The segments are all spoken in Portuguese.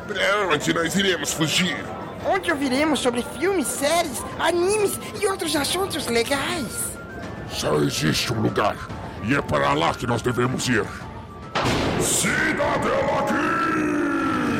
Pra onde nós iremos fugir? Onde ouviremos sobre filmes, séries, animes e outros assuntos legais. Só existe um lugar, e é para lá que nós devemos ir. Cidadela Geek!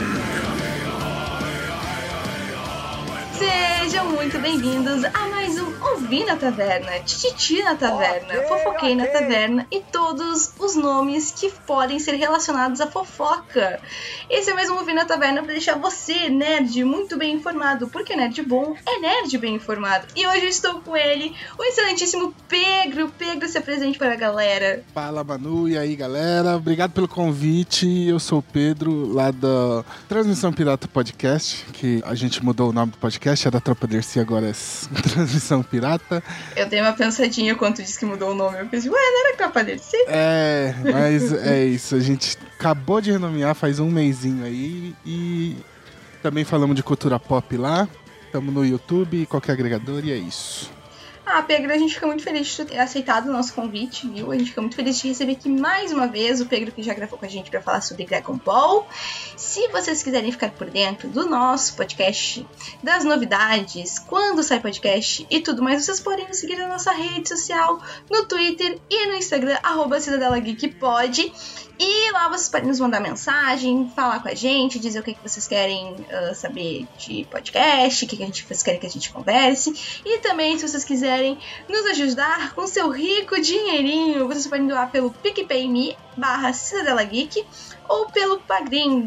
Sejam muito bem-vindos a mais um Ouvi na Taverna, Tititi na Taverna, Fofoquei na Taverna e todos os nomes que podem ser relacionados à fofoca. Esse é mais um Ouvi na Taverna para deixar você, nerd, muito bem informado, porque nerd bom é nerd bem informado. E hoje eu estou com ele, o excelentíssimo Pedro. Pedro, se apresente para a galera. Fala, Manu, e aí, galera? Obrigado pelo convite. Eu sou o Pedro, lá da Transmissão Pirata Podcast, que a gente mudou o nome do podcast, é da Tropa Dercy, agora é Transmissão Pirata. Eu dei uma pensadinha quando disse que mudou o nome. Eu pensei, ué, não era Tropa Dercy? É, mas é isso. A gente acabou de renomear faz um mesinho aí e também falamos de cultura pop lá. Estamos no YouTube, qualquer agregador, e é isso. Ah, Pedro, a gente fica muito feliz de ter aceitado o nosso convite, viu? A gente fica muito feliz de receber aqui mais uma vez o Pedro, que já gravou com a gente para falar sobre Dragon Ball. Se vocês quiserem ficar por dentro do nosso podcast, das novidades, quando sai podcast e tudo mais, vocês podem nos seguir na nossa rede social, no Twitter e no Instagram, @CidadelaGeekPod. E lá vocês podem nos mandar mensagem, falar com a gente, dizer o que vocês querem saber de podcast, o que vocês querem que a gente converse. E também, se vocês quiserem nos ajudar com seu rico dinheirinho, vocês podem doar pelo PicPayMe/CidadelaGeek ou pelo Padrim,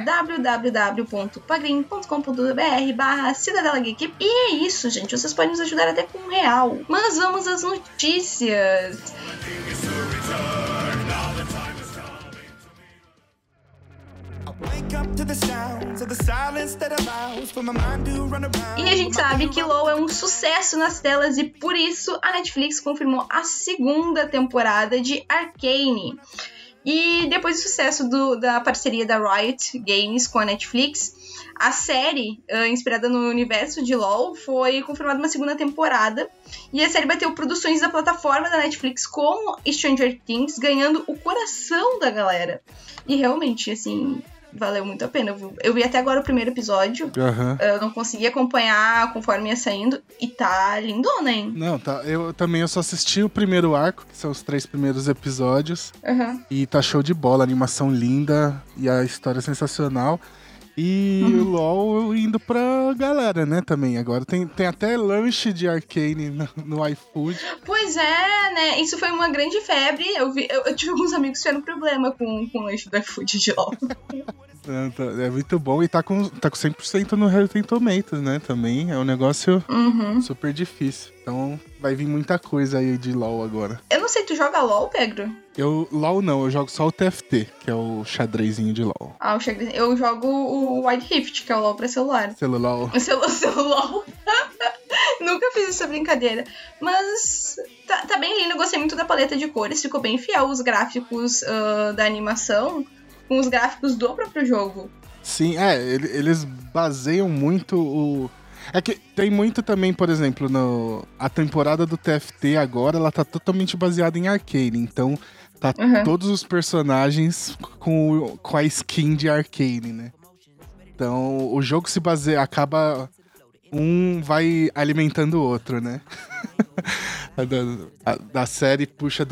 www.padrim.com.br/CidadelaGeek. E é isso, gente. Vocês podem nos ajudar até com R$1. Mas vamos às notícias. E a gente sabe que LoL é um sucesso nas telas e por isso a Netflix confirmou a segunda temporada de Arcane. E depois do sucesso da parceria da Riot Games com a Netflix, a série, inspirada no universo de LoL, foi confirmada uma segunda temporada. E a série bateu produções da plataforma da Netflix como Stranger Things, ganhando o coração da galera. E realmente, assim, valeu muito a pena. Eu vi até agora o primeiro episódio. Uhum. Eu não consegui acompanhar conforme ia saindo. E tá lindona, hein? Não, tá. Eu só assisti o primeiro arco, que são os 3 primeiros episódios. Uhum. E tá show de bola, a animação linda e a história sensacional. E o LoL indo pra galera, né, também. Agora tem até lanche de Arcane no iFood. Pois é, né? Isso foi uma grande febre. Eu tive alguns amigos que tiveram problema com o lanche do iFood de LoL. É muito bom. E tá com 100% no Rotten Tomatoes, né, também. É um negócio super difícil. Então vai vir muita coisa aí de LoL agora. Eu não sei, tu joga LoL, Pedro? LoL não, eu jogo só o TFT, que é o xadrezinho de LoL. Ah, o xadrez. Eu jogo o Wild Rift, que é o LoL pra celular. Celular. Celular. Nunca fiz essa brincadeira. Mas tá bem lindo, eu gostei muito da paleta de cores. Ficou bem fiel os gráficos da animação com os gráficos do próprio jogo. Sim, eles baseiam muito É que tem muito também, por exemplo, a temporada do TFT agora, ela tá totalmente baseada em Arcane, então tá todos os personagens com a skin de Arcane, né? Então o jogo se baseia, acaba um vai alimentando o outro, né? A série puxa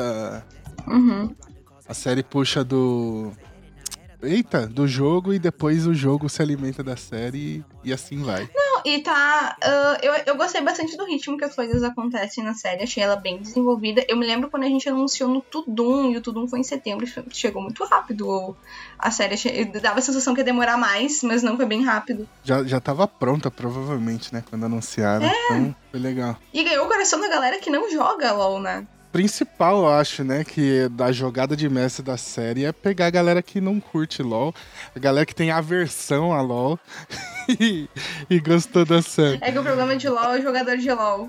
a série puxa do jogo e depois o jogo se alimenta da série e assim vai. Não, e tá... eu gostei bastante do ritmo que as coisas acontecem na série. Achei ela bem desenvolvida. Eu me lembro quando a gente anunciou no Tudum, e o Tudum foi em setembro. Chegou muito rápido a série. Dava a sensação que ia demorar mais, mas não, foi bem rápido. Já tava pronta, provavelmente, né? Quando anunciaram. Então, foi legal. E ganhou o coração da galera que não joga LoL, né? Principal, eu acho, né, que da jogada de mestre da série é pegar a galera que não curte LoL, a galera que tem aversão a LoL e gostou da série. É que o problema de LoL é o jogador de LoL.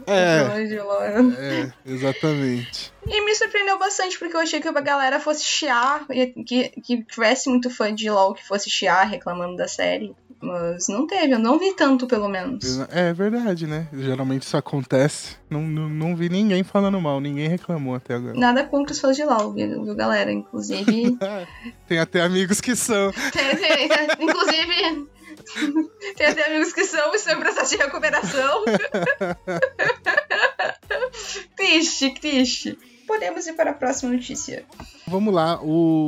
Exatamente. E me surpreendeu bastante, porque eu achei que a galera fosse chiar, que tivesse muito fã de LoL que fosse chiar reclamando da série. Mas não teve, eu não vi tanto, pelo menos. É verdade, né? Geralmente isso acontece. Não vi ninguém falando mal, ninguém reclamou até agora. Nada contra os fãs de LoL, viu, galera? Inclusive... Tem até amigos que são. Inclusive, Eu tenho amigos que estão em processo de recuperação. Triste. Podemos ir para a próxima notícia. Vamos lá,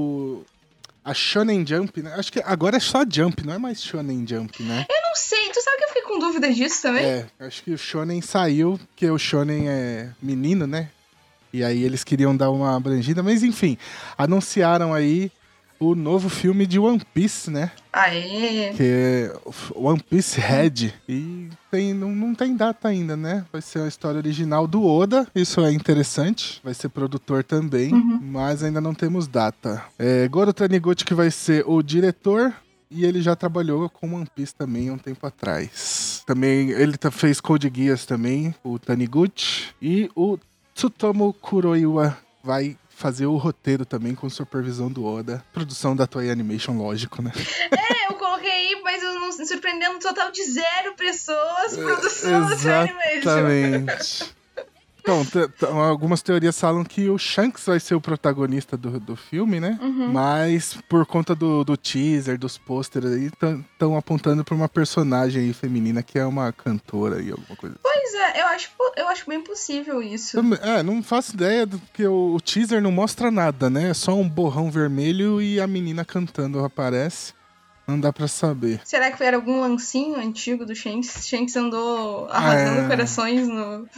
a Shonen Jump, né? Acho que agora é só Jump, não é mais Shonen Jump, né? Eu não sei, tu sabe que eu fiquei com dúvida disso também? Acho que o Shonen saiu, porque o Shonen é menino, né? E aí eles queriam dar uma abrangida, mas enfim, anunciaram aí o novo filme de One Piece, né? Aê! Que é One Piece Red. E não tem data ainda, né? Vai ser a história original do Oda, isso é interessante. Vai ser produtor também, mas ainda não temos data. Goro Taniguchi que vai ser o diretor. E ele já trabalhou com One Piece também há um tempo atrás. Também ele fez Code Geass também, o Taniguchi. E o Tsutomu Kuroiwa vai fazer o roteiro também com supervisão do Oda. Produção da Toei Animation, lógico, né? Eu coloquei aí, mas eu não surpreendendo um total de 0 pessoas. Produção da Toei Animation. Exatamente. Então, algumas teorias falam que o Shanks vai ser o protagonista do filme, né? Mas por conta do teaser, dos pôsteres aí, estão apontando pra uma personagem aí feminina que é uma cantora e alguma coisa. Pois é, eu acho bem possível isso. Não faço ideia, porque o teaser não mostra nada, né? É só um borrão vermelho e a menina cantando aparece. Não dá pra saber. Será que era algum lancinho antigo do Shanks? Shanks andou arrasando corações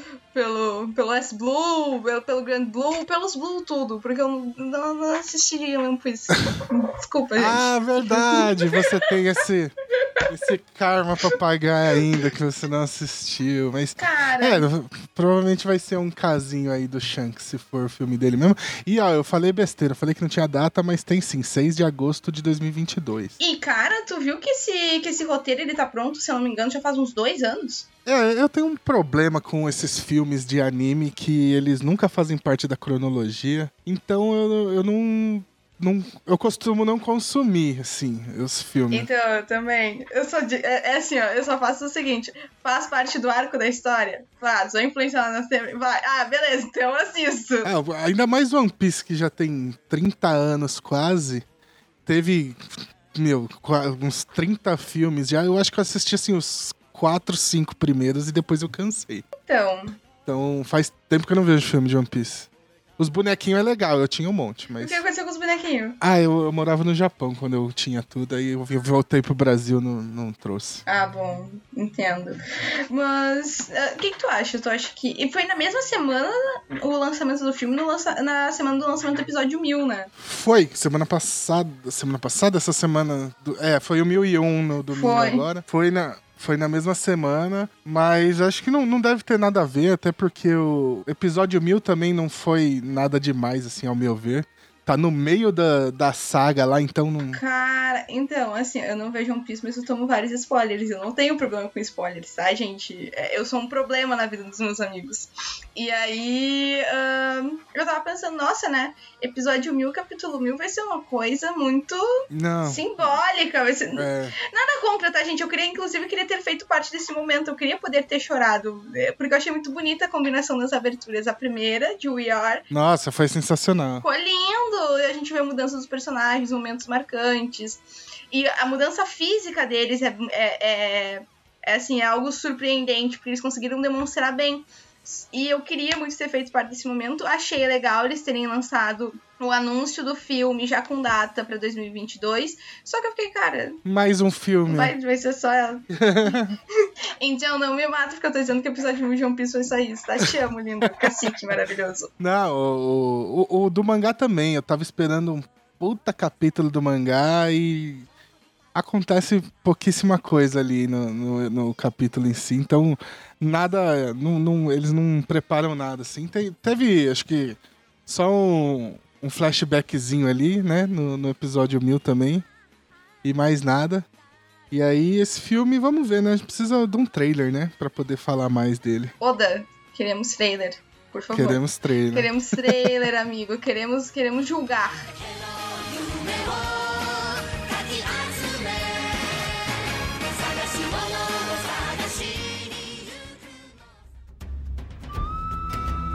pelo S-Blue, pelo Grand Blue, pelos Blue tudo, porque eu não assistiria One Piece. Desculpa, gente. Ah, verdade, você tem esse karma pra pagar ainda que você não assistiu, mas... Cara... provavelmente vai ser um casinho aí do Shanks, se for o filme dele mesmo. E, eu falei besteira, falei que não tinha data, mas tem sim, 6 de agosto de 2022. E, cara, tu viu que esse roteiro, ele tá pronto, se eu não me engano, já faz uns 2 anos? Eu tenho um problema com esses filmes de anime que eles nunca fazem parte da cronologia, então eu não... eu costumo não consumir, assim, os filmes. Então, eu também. Eu sou assim, ó, eu só faço o seguinte: faz parte do arco da história? Faz, vai influenciar na série? Vai. Ah, beleza, então eu assisto. Ainda mais One Piece, que já tem 30 anos quase. Teve, uns 30 filmes já. Eu acho que eu assisti, assim, os 4, 5 primeiros e depois eu cansei. Então, faz tempo que eu não vejo filme de One Piece. Os bonequinhos é legal, eu tinha um monte, mas... O que aconteceu com os bonequinhos? Eu morava no Japão quando eu tinha tudo, aí eu voltei pro Brasil, não trouxe. Ah, bom, entendo. Mas, o que tu acha? Tu acha que... E foi na mesma semana o lançamento do filme, na semana do lançamento do episódio 1000, né? Foi, semana passada, essa semana... Foi o 1001 no domingo agora. Foi na mesma semana, mas acho que não deve ter nada a ver, até porque o episódio 1000 também não foi nada demais, assim, ao meu ver. Tá no meio da saga lá, então não... Cara, então, assim, eu não vejo One Piece, mas eu tomo vários spoilers. Eu não tenho problema com spoilers, tá, gente? Eu sou um problema na vida dos meus amigos. E aí, eu tava pensando, nossa, né? Episódio 1000, capítulo 1000 vai ser uma coisa muito simbólica. Vai ser... Nada contra, tá, gente? Eu inclusive, queria ter feito parte desse momento. Eu queria poder ter chorado, porque eu achei muito bonita a combinação das aberturas. A primeira, de We Are. Nossa, foi sensacional. Ficou lindo! A gente vê a mudança dos personagens, momentos marcantes. E a mudança física deles é algo surpreendente, porque eles conseguiram demonstrar bem. E eu queria muito ter feito parte desse momento. Achei legal eles terem lançado o anúncio do filme já com data pra 2022. Só que eu fiquei, cara... Mais um filme. Vai ser só ela. Então não me mata, porque eu tô dizendo que o episódio 1 de One Piece foi só isso, tá? Te amo, lindo. Cacique maravilhoso. Não, o do mangá também. Eu tava esperando um puta capítulo do mangá e... acontece pouquíssima coisa ali no capítulo em si, então nada, eles não preparam nada, assim. Teve, acho que, só um flashbackzinho ali, né, no episódio 1000 também, e mais nada. E aí, esse filme, vamos ver, né, a gente precisa de um trailer, né, pra poder falar mais dele. Oda, queremos trailer, por favor. Queremos trailer, amigo, queremos julgar.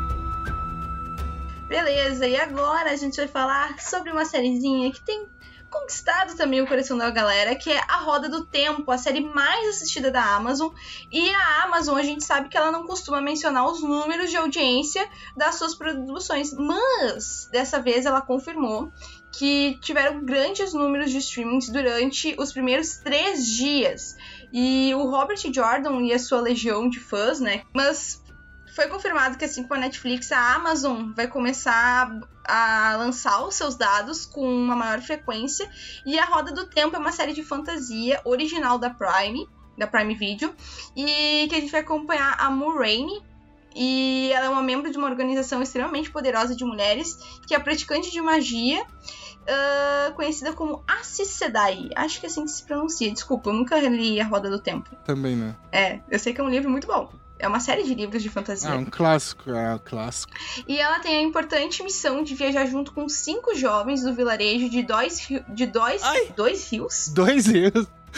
Beleza, e agora a gente vai falar sobre uma sériezinha que tem conquistado também o coração da galera, que é A Roda do Tempo, a série mais assistida da Amazon. E a Amazon, a gente sabe que ela não costuma mencionar os números de audiência das suas produções, mas dessa vez ela confirmou que tiveram grandes números de streamings durante os primeiros 3 dias. E o Robert Jordan e a sua legião de fãs, né? Mas foi confirmado que, assim como a Netflix, a Amazon vai começar a lançar os seus dados com uma maior frequência. E A Roda do Tempo é uma série de fantasia original da Prime Video, e que a gente vai acompanhar a Moraine. E ela é uma membro de uma organização extremamente poderosa de mulheres, que é praticante de magia, conhecida como Aes Sedai. Acho que é assim que se pronuncia. Desculpa, eu nunca li A Roda do Tempo. Também, né? Eu sei que é um livro muito bom. É uma série de livros de fantasia. Um clássico, clássico. E ela tem a importante missão de viajar junto com 5 jovens do vilarejo de dois rios. Dois rios? Eu não sei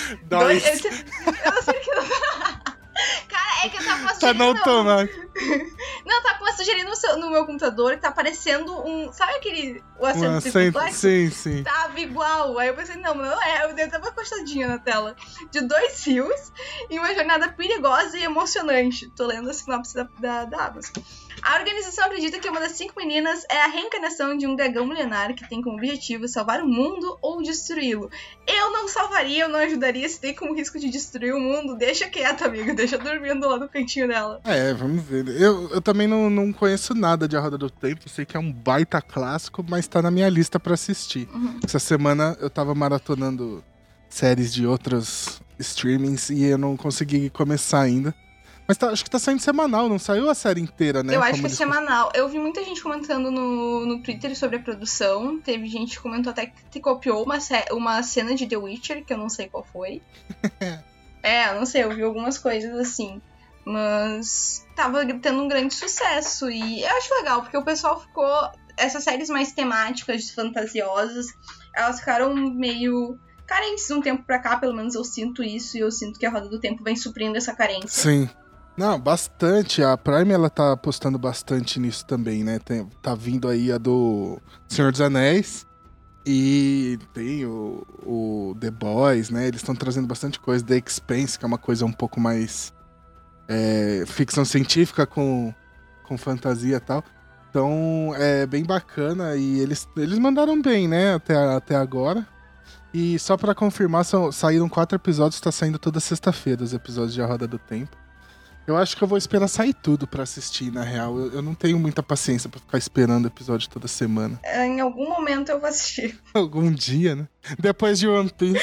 o que... Cara, é que eu tava sugerindo... Tá no automático. Não, tá sugerindo no meu computador que tá aparecendo um... Sabe o assento triplex? Sim. Tava igual. Aí eu pensei, não é. Eu dei até uma postadinha na tela. De 2 rios e uma jornada perigosa e emocionante. Tô lendo a sinopse da Amazon. A organização acredita que uma das 5 meninas é a reencarnação de um dragão milenar que tem como objetivo salvar o mundo ou destruí-lo. Eu não salvaria, eu não ajudaria. Se tem como risco de destruir o mundo, deixa quieto, amiga. Deixa dormindo lá no cantinho dela. Vamos ver. Eu também não conheço nada de A Roda do Tempo. Sei que é um baita clássico, mas tá na minha lista pra assistir. Essa semana eu tava maratonando séries de outros streamings e eu não consegui começar ainda. Mas acho que tá saindo semanal, não saiu a série inteira, né? Eu acho que é semanal. Eu vi muita gente comentando no Twitter sobre a produção. Teve gente que comentou até que copiou uma cena de The Witcher, que eu não sei qual foi. Eu não sei, eu vi algumas coisas assim. Mas tava tendo um grande sucesso. E eu acho legal, porque o pessoal ficou... Essas séries mais temáticas, fantasiosas, elas ficaram meio carentes de um tempo pra cá. Pelo menos eu sinto isso. E eu sinto que A Roda do Tempo vem suprindo essa carência. Sim. Não, bastante. A Prime, ela tá apostando bastante nisso também, né? Tá vindo aí a do Senhor dos Anéis e tem o The Boys, né? Eles estão trazendo bastante coisa. The Expanse, que é uma coisa um pouco mais ficção científica com fantasia e tal. Então, é bem bacana e eles mandaram bem, né? Até agora. E só pra confirmar, saíram 4 episódios, tá saindo toda sexta-feira os episódios de A Roda do Tempo. Eu acho que eu vou esperar sair tudo pra assistir, na real. Eu não tenho muita paciência pra ficar esperando o episódio toda semana. Em algum momento eu vou assistir. Algum dia, né? Depois de One Piece.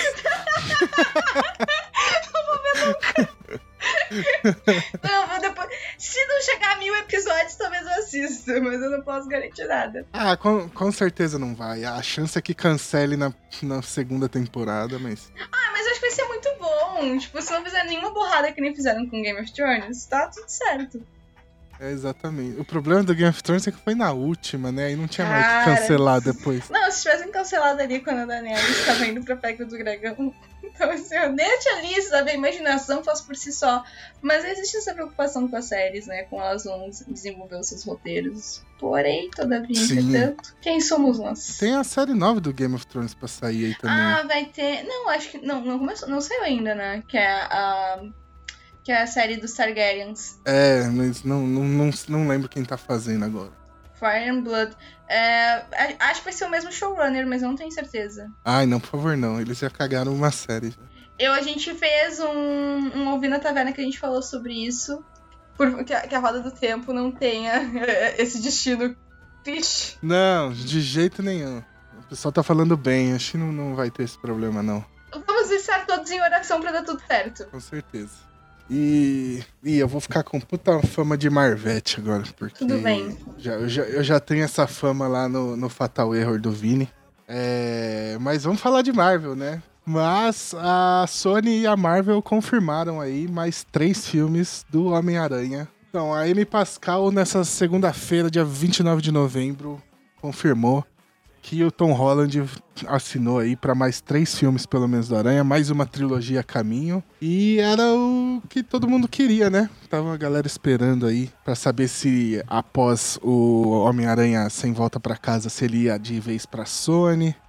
Não vou ver nunca. Não, depois... Se não chegar a 1000 episódios, talvez eu assista. Mas eu não posso garantir nada. Com certeza não vai. A chance é que cancele na segunda temporada, mas... Mas eu acho que vai ser muito bom. Tipo, se não fizer nenhuma borrada que nem fizeram com Game of Thrones, tá tudo certo. Exatamente. O problema do Game of Thrones é que foi na última, né? E não tinha mais que cancelar depois. Não, se tivessem cancelado ali quando a Daenerys estava indo pra Pedra do Dragão. Então, assim, eu nem tinha listo, sabe? A imaginação fosse por si só. Mas existe essa preocupação com as séries, né? Com elas vão desenvolver os seus roteiros. Porém, todavia, entretanto, quem somos nós? Tem a série nova do Game of Thrones pra sair aí também. Vai ter... Não, acho que... Não começou. Não saiu ainda, né? Que é a série dos Targaryens. Mas não lembro quem tá fazendo agora. Fire and Blood. Acho que vai ser o mesmo showrunner, mas eu não tenho certeza. Ai, não, por favor, não. Eles já cagaram uma série. A gente fez um Ouvir na Taverna que a gente falou sobre isso. Que a Roda do Tempo não tenha esse destino triste. Não, de jeito nenhum. O pessoal tá falando bem. Acho que não vai ter esse problema, não. Vamos estar todos em oração pra dar tudo certo. Com certeza. E eu vou ficar com puta fama de Marvete agora, porque tudo bem. Eu já tenho essa fama lá no Fatal Error do Vini. Mas vamos falar de Marvel, né? Mas a Sony e a Marvel confirmaram aí mais 3 filmes do Homem-Aranha. Então, a Amy Pascal, nessa segunda-feira, dia 29 de novembro, confirmou que o Tom Holland assinou aí pra mais 3 filmes, pelo menos, do Aranha, mais uma trilogia a caminho. E era o que todo mundo queria, né? Tava a galera esperando aí pra saber se, após o Homem-Aranha Sem Volta Pra Casa, se ele ia de vez pra Sony,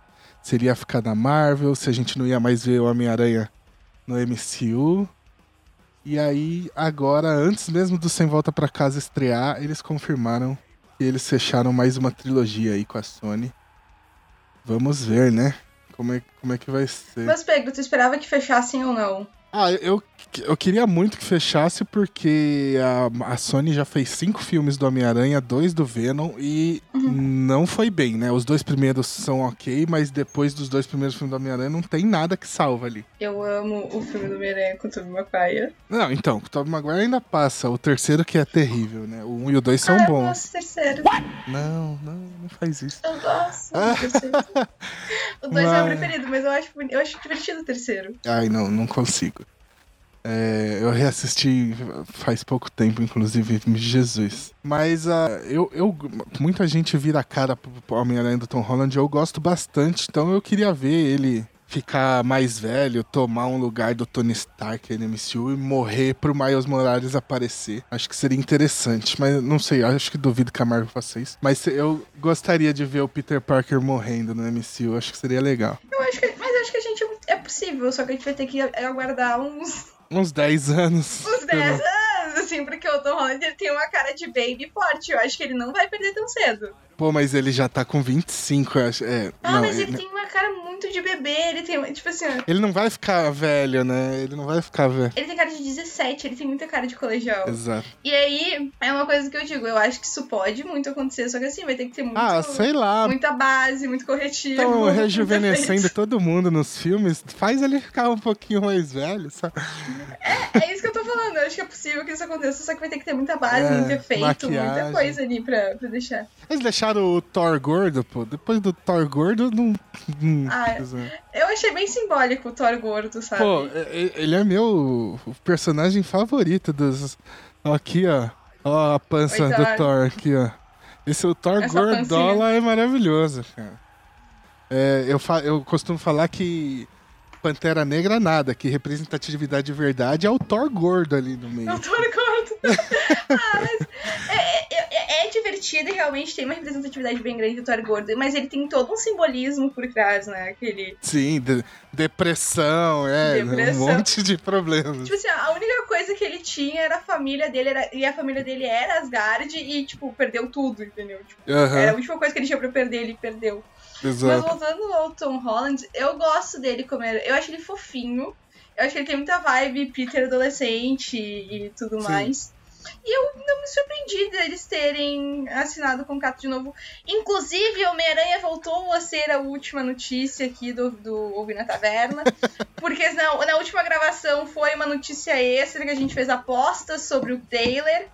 se ele ia ficar na Marvel, se a gente não ia mais ver o Homem-Aranha no MCU. E aí, agora, antes mesmo do Sem Volta Pra Casa estrear, eles confirmaram que eles fecharam mais uma trilogia aí com a Sony. Vamos ver, né? Como é que vai ser. Mas, Pedro, tu esperava que fechassem ou não? Eu queria muito que fechasse porque a Sony já fez 5 filmes do Homem-Aranha, 2 do Venom e não foi bem, né? Os 2 primeiros são ok, mas depois dos 2 primeiros filmes do Homem-Aranha não tem nada que salva ali. Eu amo o filme do Homem-Aranha com o Tobey Maguire. Não, então, o Tobey Maguire ainda passa. O terceiro que é terrível, né? O 1 e o 2 são eu bons. gosto do terceiro. Não faz isso. Eu gosto do terceiro. O 2 é o preferido, mas eu acho divertido o terceiro. Ai, não consigo. Eu reassisti faz pouco tempo, inclusive, Jesus. Mas muita gente vira a cara pro Homem-Aranha do Tom Holland, eu gosto bastante, então eu queria ver ele ficar mais velho, tomar um lugar do Tony Stark no MCU e morrer pro Miles Morales aparecer. Acho que seria interessante, mas não sei, acho que duvido que a Marvel faça isso. Mas eu gostaria de ver o Peter Parker morrendo no MCU, acho que seria legal. Mas acho que a gente é possível, só que a gente vai ter que aguardar uns 10 anos. Uns 10 anos, assim, porque o Tom Holland ele tem uma cara de baby forte. Eu acho que ele não vai perder tão cedo. Pô, mas ele já tá com 25, eu acho. Mas ele tem uma cara muito de bebê. Ele tem, tipo assim... Ele não vai ficar velho, né? Ele não vai ficar velho. Ele tem cara de 17, ele tem muita cara de colegial. Exato. E aí, é uma coisa que eu digo, eu acho que isso pode muito acontecer, só que assim, vai ter que ter sei lá. muita base, muito corretivo. Então, rejuvenescendo todo mundo nos filmes, faz ele ficar um pouquinho mais velho, sabe? É isso que eu tô falando, eu acho que é possível que isso aconteça, só que vai ter que ter muita base, muito efeito, maquiagem. muita coisa ali pra deixar. Eles deixaram o Thor gordo, pô. Depois do Thor gordo, não... Eu achei bem simbólico o Thor gordo, sabe? Pô, ele é meu personagem favorito dos... Aqui, ó. Ó a pança do Thor, aqui, ó. O Thor gordola é maravilhoso, cara. Eu costumo falar que Pantera Negra nada, que representatividade de verdade é o Thor gordo ali no meio. É o Thor gordo. Mas é divertido e realmente tem uma representatividade bem grande do Thor gordo, mas ele tem todo um simbolismo por trás, né? Aquele... Sim, depressão, um monte de problemas. Tipo assim, a única coisa que ele tinha era a família dele, e a família dele era Asgard e, tipo, perdeu tudo, entendeu? Tipo, era a última coisa que ele tinha pra perder, ele perdeu. Exato. Mas voltando ao Tom Holland, eu gosto dele como eu acho ele fofinho, eu acho que ele tem muita vibe Peter adolescente e tudo mais. E eu não me surpreendi deles terem assinado o contrato de novo. Inclusive, Homem-Aranha voltou a ser a última notícia aqui do Ouvir na Taverna. Porque na última gravação foi uma notícia extra que a gente fez apostas sobre o trailer.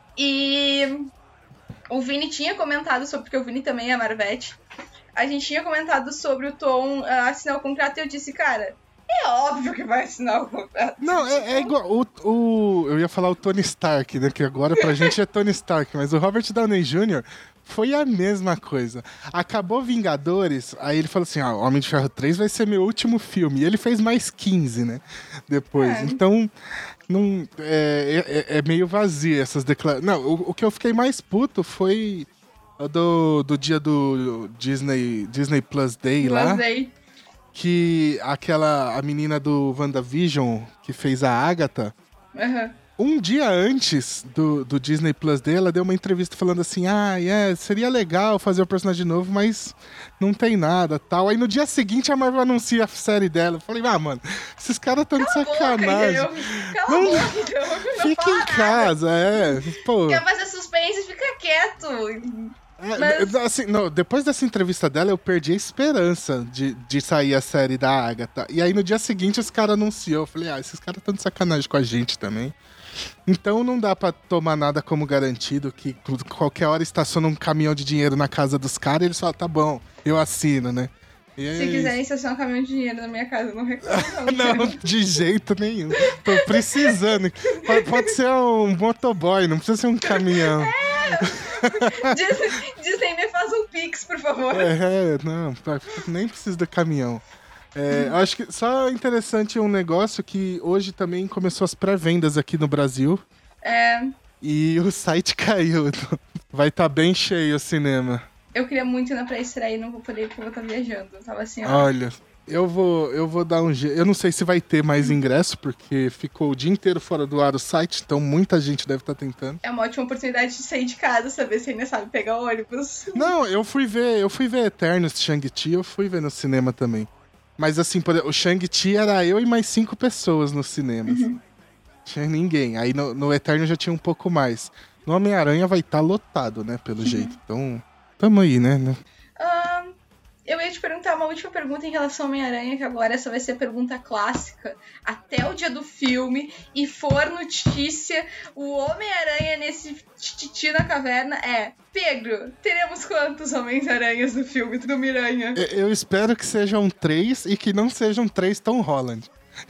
E o Vini tinha comentado sobre, porque o Vini também é Marvete. A gente tinha comentado sobre o Tom assinar o contrato e eu disse, cara... É óbvio que vai assinar o contrato. Não, é igual. Eu ia falar o Tony Stark, né? Que agora pra gente é Tony Stark, mas o Robert Downey Jr. foi a mesma coisa. Acabou Vingadores, aí ele falou assim: Homem de Ferro 3 vai ser meu último filme. E ele fez mais 15, né? Depois. Então, não, é meio vazio essas declarações. Não, o que eu fiquei mais puto foi do dia do Disney Plus Day lá. Que a menina do WandaVision, que fez a Agatha, um dia antes do Disney Plus Day, ela deu uma entrevista falando assim, seria legal fazer o personagem novo, mas não tem nada, tal. Aí no dia seguinte a Marvel anuncia a série dela. Eu falei, mano, esses caras estão de sacanagem. Fica em casa, pô. Quer fazer suspense, fica quieto. Mas... Assim, não, depois dessa entrevista dela, eu perdi a esperança de sair a série da Agatha. E aí no dia seguinte os caras anunciou. Eu falei, esses caras estão de sacanagem com a gente também. Então não dá pra tomar nada como garantido, que qualquer hora estaciona um caminhão de dinheiro na casa dos caras e eles falam, tá bom, eu assino, né? Se quiserem estacionar um caminhão de dinheiro na minha casa, eu não reclamo não. Não, de jeito nenhum. Tô precisando. Pode ser um motoboy, não precisa ser um caminhão. Disney, me faz um pix, por favor. Não, nem precisa do caminhão. Acho que só interessante um negócio que hoje também começou as pré-vendas aqui no Brasil. E o site caiu. Vai estar bem cheio o cinema. Eu queria muito ir na pré-estreia e não vou poder porque eu vou estar viajando. Eu tava assim, ó. Olha, eu vou dar um jeito. Eu não sei se vai ter mais ingresso, porque ficou o dia inteiro fora do ar o site, então muita gente deve estar tentando. É uma ótima oportunidade de sair de casa, saber se ainda sabe pegar ônibus. Não, eu fui ver Eternos, Shang-Chi, eu fui ver no cinema também. Mas assim, o Shang-Chi era eu e mais 5 pessoas no cinema. Assim. Tinha ninguém. Aí no Eterno já tinha um pouco mais. No Homem-Aranha vai estar lotado, né, pelo jeito. Então, tamo aí, né? Eu ia te perguntar uma última pergunta em relação ao Homem-Aranha, que agora essa vai ser a pergunta clássica. Até o dia do filme, e for notícia, o Homem-Aranha nesse tititi na caverna Pedro, teremos quantos Homens-Aranhas no filme do Miranha? Eu espero que sejam 3 e que não sejam 3 Tom Holland.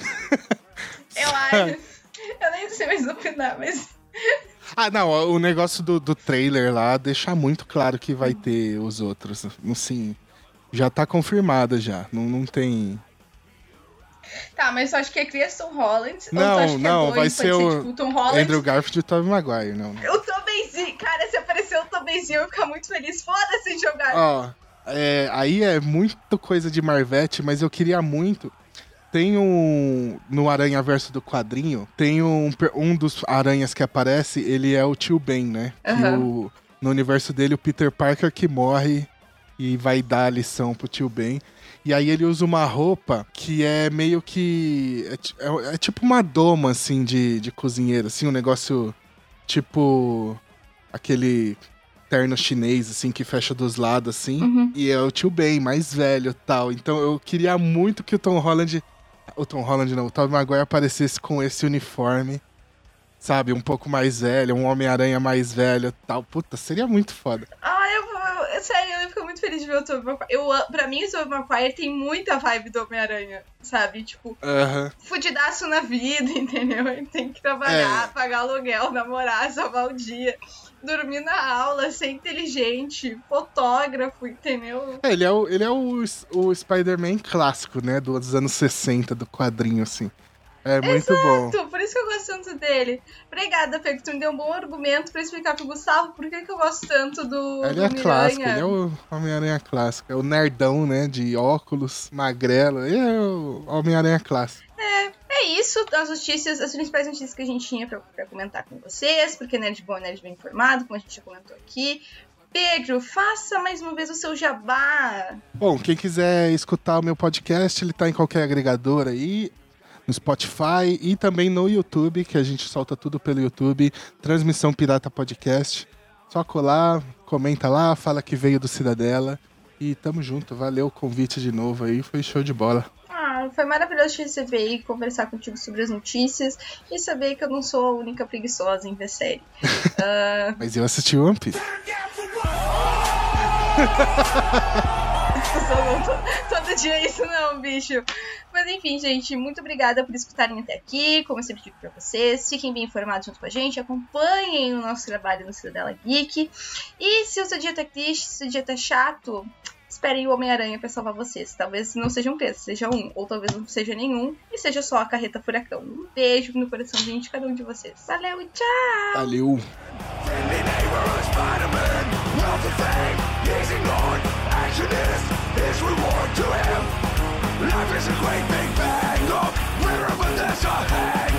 Eu nem sei mais opinar, mas... Não, o negócio do trailer lá deixa muito claro que vai ter os outros. Assim, já tá confirmado já, não tem... Tá, mas eu acho que é Tom Holland? Não, vai ser o tipo, Tom Holland? Andrew Garfield e o Tobey Maguire, não. O Tobeyzinho, cara, se aparecer o Tobeyzinho eu vou ficar muito feliz. Foda-se jogar. Aí é muito coisa de Marvete, mas eu queria muito... Tem no Aranhaverso do quadrinho, tem um dos aranhas que aparece, ele é o Tio Ben, né? Uhum. No universo dele, o Peter Parker que morre e vai dar a lição pro Tio Ben. E aí ele usa uma roupa que é meio que... É tipo uma doma, assim, de cozinheiro, assim, um negócio tipo aquele terno chinês, assim, que fecha dos lados, assim. Uhum. E é o Tio Ben, mais velho e tal. Então eu queria muito que o Tobey Maguire aparecesse com esse uniforme, sabe? Um pouco mais velho, um Homem-Aranha mais velho e tal. Puta, seria muito foda. Sério, eu fico muito feliz de ver o Tobey Maguire. Pra mim, o Tobey Maguire tem muita vibe do Homem-Aranha, sabe? Tipo, fudidaço na vida, entendeu? Ele tem que trabalhar, pagar aluguel, namorar, salvar o dia, dormir na aula, ser inteligente, fotógrafo, entendeu? Ele é o Spider-Man clássico, né? Dos anos 60, do quadrinho, assim. É muito bom. Por isso que eu gosto tanto dele. Obrigada, Pedro, tu me deu um bom argumento pra explicar pro Gustavo por que eu gosto tanto do Ele é clássico, ele é o Homem-Aranha clássico. É o nerdão, né? De óculos, magrelo. Ele é o Homem-Aranha clássico. É isso, as principais notícias que a gente tinha pra comentar com vocês, porque nerd bom é nerd bem informado, como a gente já comentou aqui. Pedro, faça mais uma vez o seu jabá. Bom, quem quiser escutar o meu podcast, ele tá em qualquer agregador aí, no Spotify e também no YouTube, que a gente solta tudo pelo YouTube, Transmissão Pirata Podcast. Só colar, comenta lá, fala que veio do Cidadela e tamo junto. Valeu o convite de novo aí, foi show de bola. Foi maravilhoso te receber e conversar contigo sobre as notícias e saber que eu não sou a única preguiçosa em ver série. Mas eu assisti One Piece. Todo dia isso não, bicho. Mas enfim, gente, muito obrigada por escutarem até aqui. Como eu sempre digo pra vocês, fiquem bem informados junto com a gente, acompanhem o nosso trabalho no Cidadela Geek. E se o seu dia tá triste, se o seu dia tá chato, esperem o Homem-Aranha pra salvar vocês. Talvez não sejam 3, seja um, ou talvez não seja nenhum, e seja só a Carreta Furacão. Um beijo no coraçãozinho de cada um de vocês. Valeu e tchau! Valeu! Life is a great big bang of wherever there's a hang.